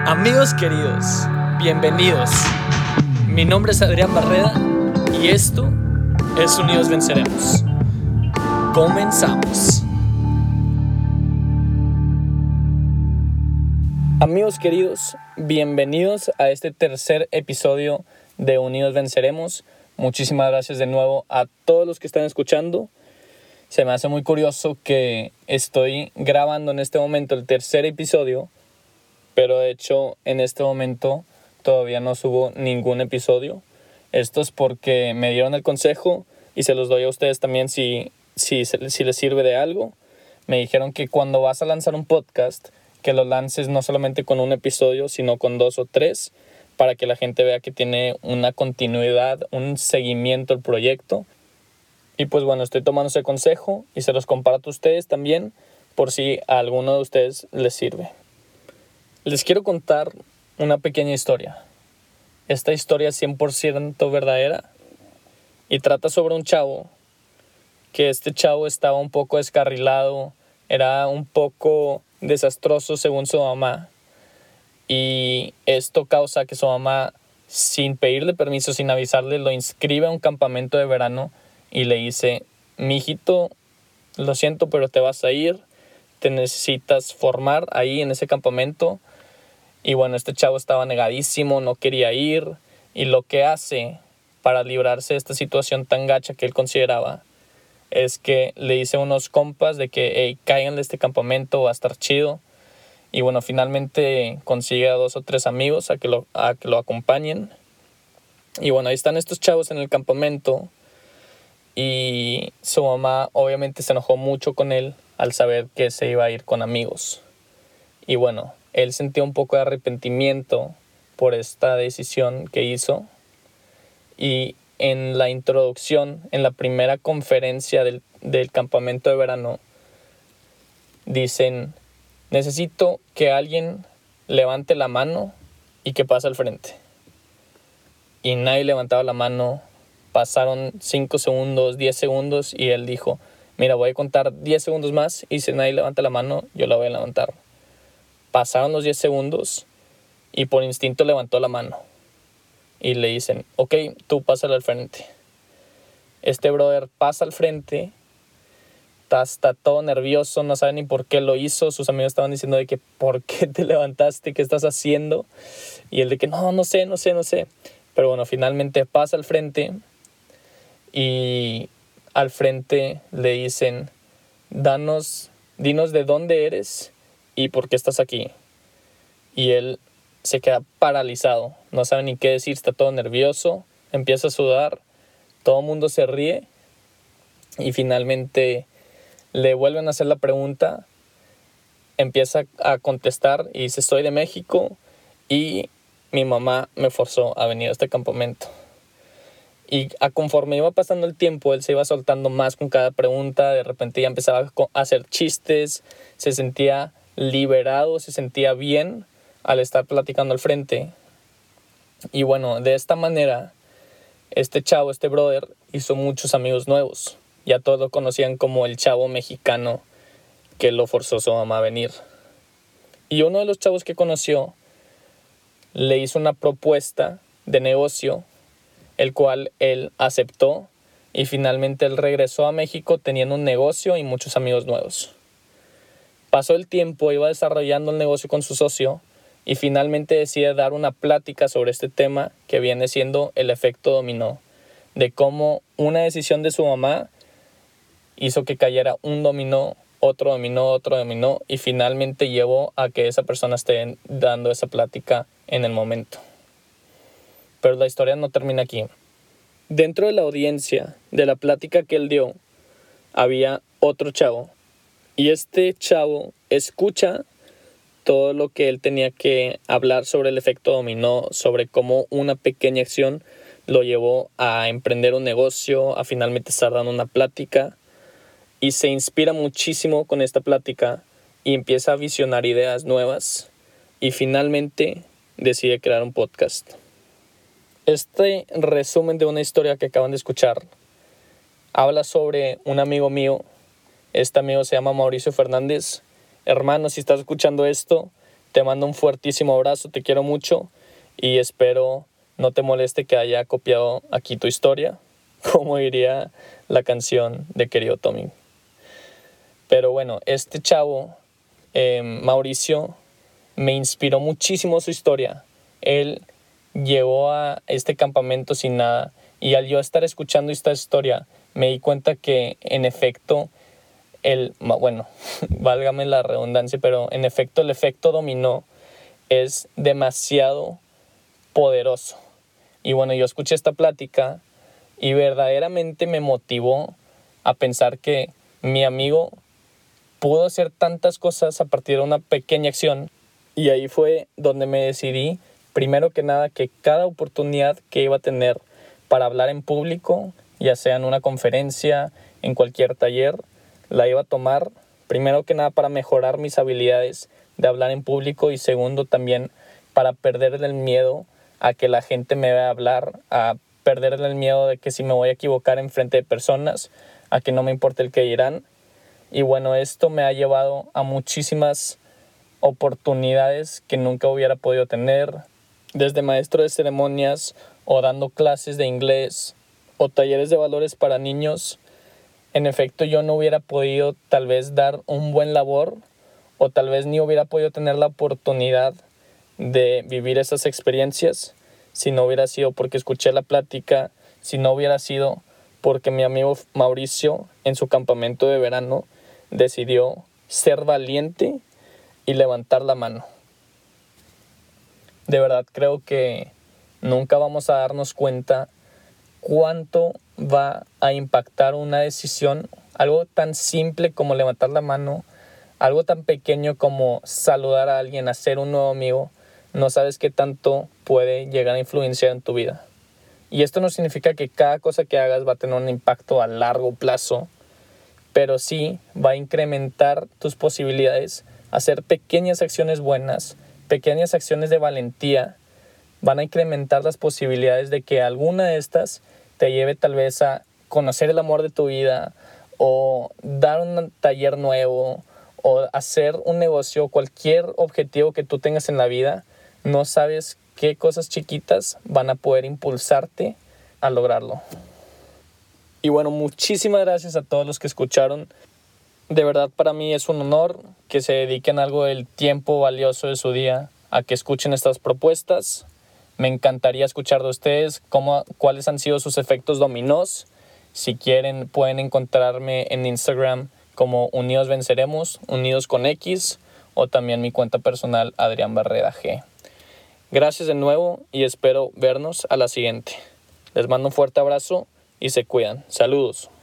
Amigos queridos, bienvenidos. Mi nombre es Adrián Barreda y esto es Unidos Venceremos. Comenzamos. Amigos queridos, bienvenidos a este tercer episodio de Unidos Venceremos. Muchísimas gracias de nuevo a todos los que están escuchando. Se me hace muy curioso que estoy grabando en este momento el tercer episodio, pero de hecho en este momento todavía no subo ningún episodio. Esto es porque me dieron el consejo y se los doy a ustedes también si les sirve de algo. Me dijeron que cuando vas a lanzar un podcast, que lo lances no solamente con un episodio, sino con 2 o 3, para que la gente vea que tiene una continuidad, un seguimiento al proyecto. Y pues bueno, estoy tomando ese consejo y se los comparto a ustedes también por si a alguno de ustedes les sirve. Les quiero contar una pequeña historia. Esta historia es 100% verdadera y trata sobre un chavo, que este chavo estaba un poco descarrilado, era un poco desastroso según su mamá, y esto causa que su mamá, sin pedirle permiso, sin avisarle, lo inscribe a un campamento de verano y le dice: mijito, lo siento, pero te vas a ir, te necesitas formar ahí en ese campamento. Y bueno, este chavo estaba negadísimo, no quería ir, y lo que hace para librarse de esta situación tan gacha que él consideraba es que le dice a unos compas de que hey, caigan de este campamento, va a estar chido. Y bueno, finalmente consigue a 2 o 3 amigos a que lo acompañen. Y bueno, ahí están estos chavos en el campamento. Y su mamá obviamente se enojó mucho con él al saber que se iba a ir con amigos. Y bueno, él sentía un poco de arrepentimiento por esta decisión que hizo. Y en la introducción, en la primera conferencia del campamento de verano, dicen: necesito que alguien levante la mano y que pase al frente. Y nadie levantaba la mano. Pasaron 5 segundos, 10 segundos y él dijo: mira, voy a contar 10 segundos más y si nadie levanta la mano, yo la voy a levantar. Pasaron los 10 segundos y por instinto levantó la mano. Y le dicen: ok, tú pásale al frente. Este brother pasa al frente, está todo nervioso, no sabe ni por qué lo hizo. Sus amigos estaban diciendo de que ¿por qué te levantaste? ¿Qué estás haciendo? Y él de que no sé. Pero bueno, finalmente pasa al frente. Y al frente le dicen: dinos de dónde eres y por qué estás aquí. Y él se queda paralizado, no sabe ni qué decir, está todo nervioso, empieza a sudar, todo el mundo se ríe y finalmente le vuelven a hacer la pregunta, empieza a contestar y dice: soy de México y mi mamá me forzó a venir a este campamento. Y conforme iba pasando el tiempo, él se iba soltando más con cada pregunta. De repente ya empezaba a hacer chistes, se sentía liberado, se sentía bien al estar platicando al frente. Y bueno, de esta manera, este chavo, este brother, hizo muchos amigos nuevos. Ya todos lo conocían como el chavo mexicano que lo forzó su mamá a venir. Y uno de los chavos que conoció le hizo una propuesta de negocio, el cual él aceptó, y finalmente él regresó a México teniendo un negocio y muchos amigos nuevos. Pasó el tiempo, iba desarrollando el negocio con su socio y finalmente decide dar una plática sobre este tema que viene siendo el efecto dominó, de cómo una decisión de su mamá hizo que cayera un dominó, otro dominó y finalmente llevó a que esa persona esté dando esa plática en el momento. Pero la historia no termina aquí. Dentro de la audiencia de la plática que él dio, había otro chavo. Y este chavo escucha todo lo que él tenía que hablar sobre el efecto dominó, sobre cómo una pequeña acción lo llevó a emprender un negocio, a finalmente estar dando una plática. Y se inspira muchísimo con esta plática y empieza a visionar ideas nuevas. Y finalmente decide crear un podcast. Este resumen de una historia que acaban de escuchar habla sobre un amigo mío. Este amigo se llama Mauricio Fernández. Hermano, si estás escuchando esto, Te mando un fuertísimo abrazo, te quiero mucho y espero no te moleste que haya copiado aquí tu historia, como diría la canción de Querido Tommy. Pero bueno, este chavo, Mauricio, me inspiró muchísimo su historia. Él llegó a este campamento sin nada y al yo estar escuchando esta historia me di cuenta que en efecto válgame la redundancia, pero en efecto el efecto dominó es demasiado poderoso. Y bueno, yo escuché esta plática y verdaderamente me motivó a pensar que mi amigo pudo hacer tantas cosas a partir de una pequeña acción. Y ahí fue donde me decidí, primero que nada, que cada oportunidad que iba a tener para hablar en público, ya sea en una conferencia, en cualquier taller, la iba a tomar, primero que nada, para mejorar mis habilidades de hablar en público y segundo también para perderle el miedo a que la gente me vea hablar, a perderle el miedo de que si me voy a equivocar en frente de personas, a que no me importe el que dirán. Y bueno, esto me ha llevado a muchísimas oportunidades que nunca hubiera podido tener, desde maestro de ceremonias o dando clases de inglés o talleres de valores para niños. En efecto, yo no hubiera podido tal vez dar un buen labor o tal vez ni hubiera podido tener la oportunidad de vivir esas experiencias si no hubiera sido porque escuché la plática, si no hubiera sido porque mi amigo Mauricio en su campamento de verano decidió ser valiente y levantar la mano. De verdad creo que nunca vamos a darnos cuenta cuánto va a impactar una decisión, algo tan simple como levantar la mano, algo tan pequeño como saludar a alguien, hacer un nuevo amigo. No sabes qué tanto puede llegar a influenciar en tu vida. Y esto no significa que cada cosa que hagas va a tener un impacto a largo plazo, pero sí va a incrementar tus posibilidades. Hacer pequeñas acciones buenas, pequeñas acciones de valentía, van a incrementar las posibilidades de que alguna de estas te lleve tal vez a conocer el amor de tu vida o dar un taller nuevo o hacer un negocio, cualquier objetivo que tú tengas en la vida. No sabes qué cosas chiquitas van a poder impulsarte a lograrlo. Y bueno, muchísimas gracias a todos los que escucharon. De verdad para mí es un honor que se dediquen algo del tiempo valioso de su día a que escuchen estas propuestas. Me encantaría escuchar de ustedes cuáles han sido sus efectos dominós. Si quieren pueden encontrarme en Instagram como Unidos Venceremos, Unidos con X, o también mi cuenta personal Adrián Barreda G. Gracias de nuevo y espero vernos a la siguiente. Les mando un fuerte abrazo y se cuidan. Saludos.